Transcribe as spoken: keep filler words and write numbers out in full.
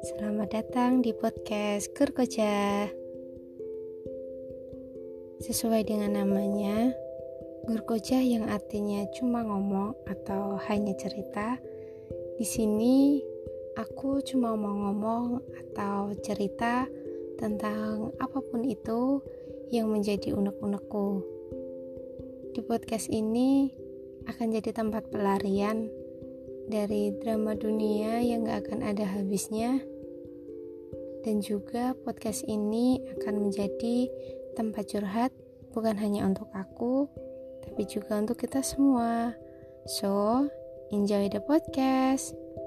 Selamat datang di podcast Gurkoja. Sesuai dengan namanya, Gurkoja yang artinya cuma ngomong atau hanya cerita. Di sini aku cuma mau ngomong atau cerita tentang apapun itu yang menjadi unek-unekku. Di podcast ini akan jadi tempat pelarian dari drama dunia yang gak akan ada habisnya. Dan juga podcast ini akan menjadi tempat curhat bukan hanya untuk aku, tapi juga untuk kita semua. So, enjoy the podcast.